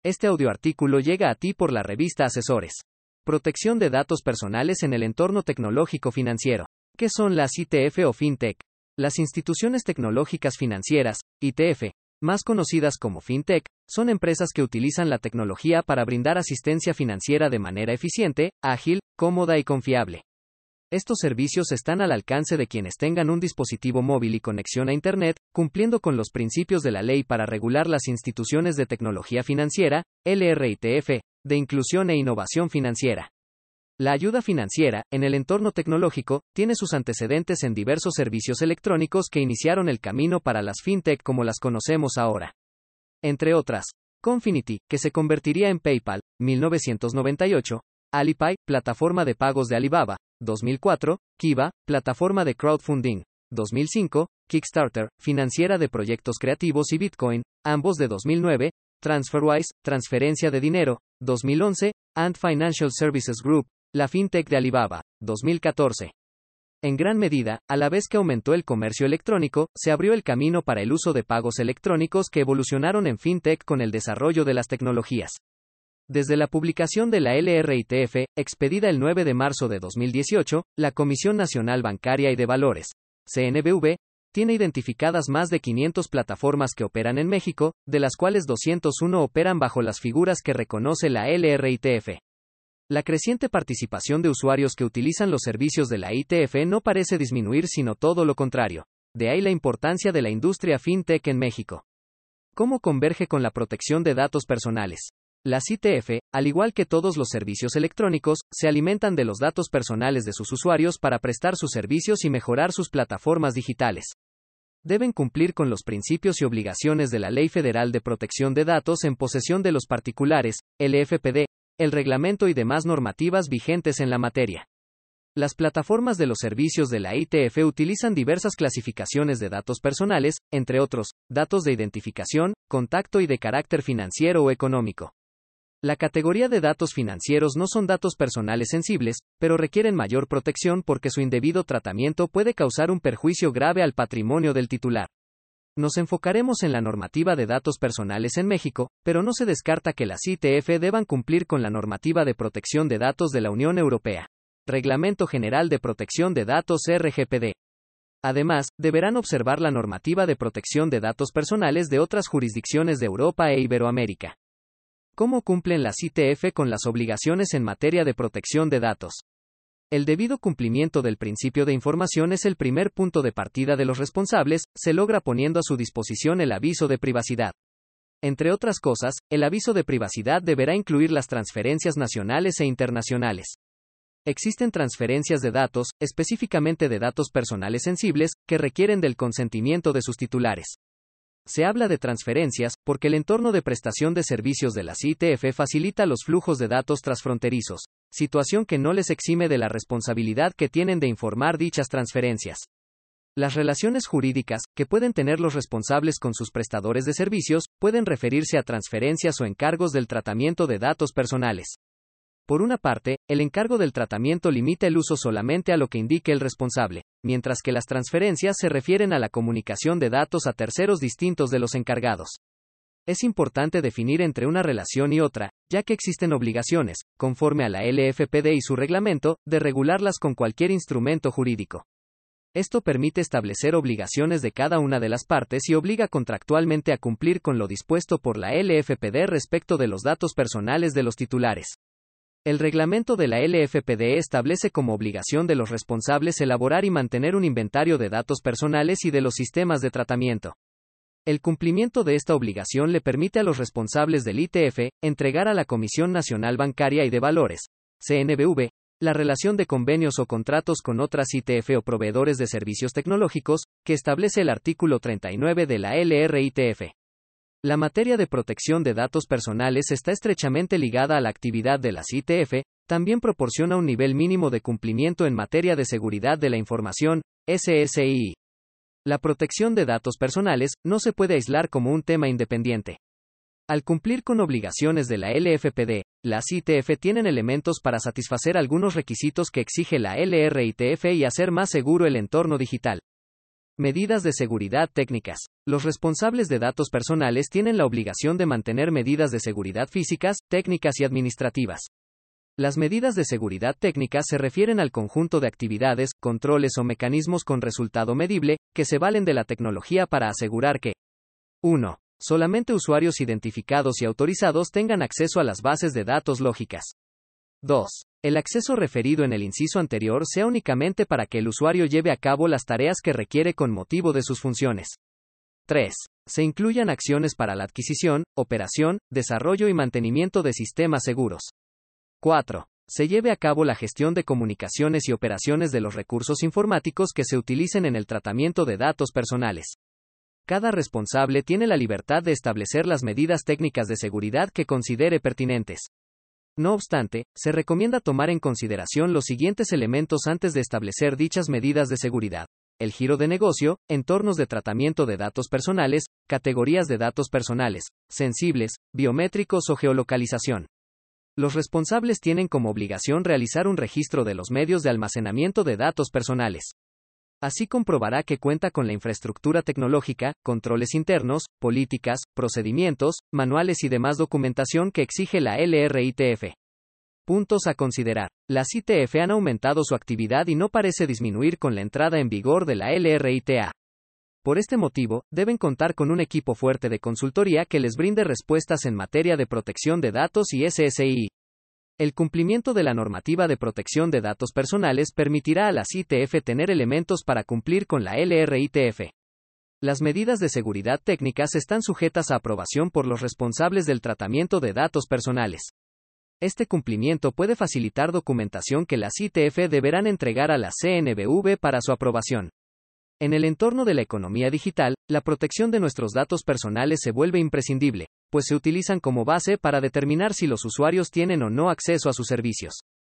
Este audioartículo llega a ti por la revista Asesores. Protección de datos personales en el entorno tecnológico financiero. ¿Qué son las ITF o FinTech? Las instituciones tecnológicas financieras, ITF, más conocidas como FinTech, son empresas que utilizan la tecnología para brindar asistencia financiera de manera eficiente, ágil, cómoda y confiable. Estos servicios están al alcance de quienes tengan un dispositivo móvil y conexión a Internet, cumpliendo con los principios de la ley para regular las instituciones de tecnología financiera, LRITF, de inclusión e innovación financiera. La ayuda financiera, en el entorno tecnológico, tiene sus antecedentes en diversos servicios electrónicos que iniciaron el camino para las FinTech como las conocemos ahora. Entre otras, Confinity, que se convertiría en PayPal, 1998, Alipay, plataforma de pagos de Alibaba, 2004, Kiva, plataforma de crowdfunding, 2005, Kickstarter, financiera de proyectos creativos y Bitcoin, ambos de 2009, TransferWise, transferencia de dinero, 2011, Ant Financial Services Group, la fintech de Alibaba, 2014. En gran medida, a la vez que aumentó el comercio electrónico, se abrió el camino para el uso de pagos electrónicos que evolucionaron en fintech con el desarrollo de las tecnologías. Desde la publicación de la LRITF, expedida el 9 de marzo de 2018, la Comisión Nacional Bancaria y de Valores, CNBV, tiene identificadas más de 500 plataformas que operan en México, de las cuales 201 operan bajo las figuras que reconoce la LRITF. La creciente participación de usuarios que utilizan los servicios de la ITF no parece disminuir, sino todo lo contrario. De ahí la importancia de la industria fintech en México. ¿Cómo converge con la protección de datos personales? Las ITF, al igual que todos los servicios electrónicos, se alimentan de los datos personales de sus usuarios para prestar sus servicios y mejorar sus plataformas digitales. Deben cumplir con los principios y obligaciones de la Ley Federal de Protección de Datos en posesión de los particulares, LFPD, el reglamento y demás normativas vigentes en la materia. Las plataformas de los servicios de la ITF utilizan diversas clasificaciones de datos personales, entre otros, datos de identificación, contacto y de carácter financiero o económico. La categoría de datos financieros no son datos personales sensibles, pero requieren mayor protección porque su indebido tratamiento puede causar un perjuicio grave al patrimonio del titular. Nos enfocaremos en la normativa de datos personales en México, pero no se descarta que las ITF deban cumplir con la normativa de protección de datos de la Unión Europea. Reglamento General de Protección de Datos RGPD. Además, deberán observar la normativa de protección de datos personales de otras jurisdicciones de Europa e Iberoamérica. ¿Cómo cumplen las ITF con las obligaciones en materia de protección de datos? El debido cumplimiento del principio de información es el primer punto de partida de los responsables, se logra poniendo a su disposición el aviso de privacidad. Entre otras cosas, el aviso de privacidad deberá incluir las transferencias nacionales e internacionales. Existen transferencias de datos, específicamente de datos personales sensibles, que requieren del consentimiento de sus titulares. Se habla de transferencias, porque el entorno de prestación de servicios de las ITF facilita los flujos de datos transfronterizos, situación que no les exime de la responsabilidad que tienen de informar dichas transferencias. Las relaciones jurídicas, que pueden tener los responsables con sus prestadores de servicios, pueden referirse a transferencias o encargos del tratamiento de datos personales. Por una parte, el encargo del tratamiento limita el uso solamente a lo que indique el responsable, mientras que las transferencias se refieren a la comunicación de datos a terceros distintos de los encargados. Es importante definir entre una relación y otra, ya que existen obligaciones, conforme a la LFPD y su reglamento, de regularlas con cualquier instrumento jurídico. Esto permite establecer obligaciones de cada una de las partes y obliga contractualmente a cumplir con lo dispuesto por la LFPD respecto de los datos personales de los titulares. El reglamento de la LFPD establece como obligación de los responsables elaborar y mantener un inventario de datos personales y de los sistemas de tratamiento. El cumplimiento de esta obligación le permite a los responsables del ITF entregar a la Comisión Nacional Bancaria y de Valores, CNBV, la relación de convenios o contratos con otras ITF o proveedores de servicios tecnológicos, que establece el artículo 39 de la LRITF. La materia de protección de datos personales está estrechamente ligada a la actividad de las ITF, también proporciona un nivel mínimo de cumplimiento en materia de seguridad de la información, SSI. La protección de datos personales no se puede aislar como un tema independiente. Al cumplir con obligaciones de la LFPD, las ITF tienen elementos para satisfacer algunos requisitos que exige la LRITF y hacer más seguro el entorno digital. Medidas de seguridad técnicas. Los responsables de datos personales tienen la obligación de mantener medidas de seguridad físicas, técnicas y administrativas. Las medidas de seguridad técnicas se refieren al conjunto de actividades, controles o mecanismos con resultado medible, que se valen de la tecnología para asegurar que 1. Solamente usuarios identificados y autorizados tengan acceso a las bases de datos lógicas. 2. El acceso referido en el inciso anterior sea únicamente para que el usuario lleve a cabo las tareas que requiere con motivo de sus funciones. 3. Se incluyan acciones para la adquisición, operación, desarrollo y mantenimiento de sistemas seguros. 4. Se lleve a cabo la gestión de comunicaciones y operaciones de los recursos informáticos que se utilicen en el tratamiento de datos personales. Cada responsable tiene la libertad de establecer las medidas técnicas de seguridad que considere pertinentes. No obstante, se recomienda tomar en consideración los siguientes elementos antes de establecer dichas medidas de seguridad: el giro de negocio, entornos de tratamiento de datos personales, categorías de datos personales, sensibles, biométricos o geolocalización. Los responsables tienen como obligación realizar un registro de los medios de almacenamiento de datos personales. Así comprobará que cuenta con la infraestructura tecnológica, controles internos, políticas, procedimientos, manuales y demás documentación que exige la LRITF. Puntos a considerar. Las ITF han aumentado su actividad y no parece disminuir con la entrada en vigor de la LRITA. Por este motivo, deben contar con un equipo fuerte de consultoría que les brinde respuestas en materia de protección de datos y SSI. El cumplimiento de la normativa de protección de datos personales permitirá a las ITF tener elementos para cumplir con la LRITF. Las medidas de seguridad técnicas están sujetas a aprobación por los responsables del tratamiento de datos personales. Este cumplimiento puede facilitar documentación que las ITF deberán entregar a la CNBV para su aprobación. En el entorno de la economía digital, la protección de nuestros datos personales se vuelve imprescindible, pues se utilizan como base para determinar si los usuarios tienen o no acceso a sus servicios.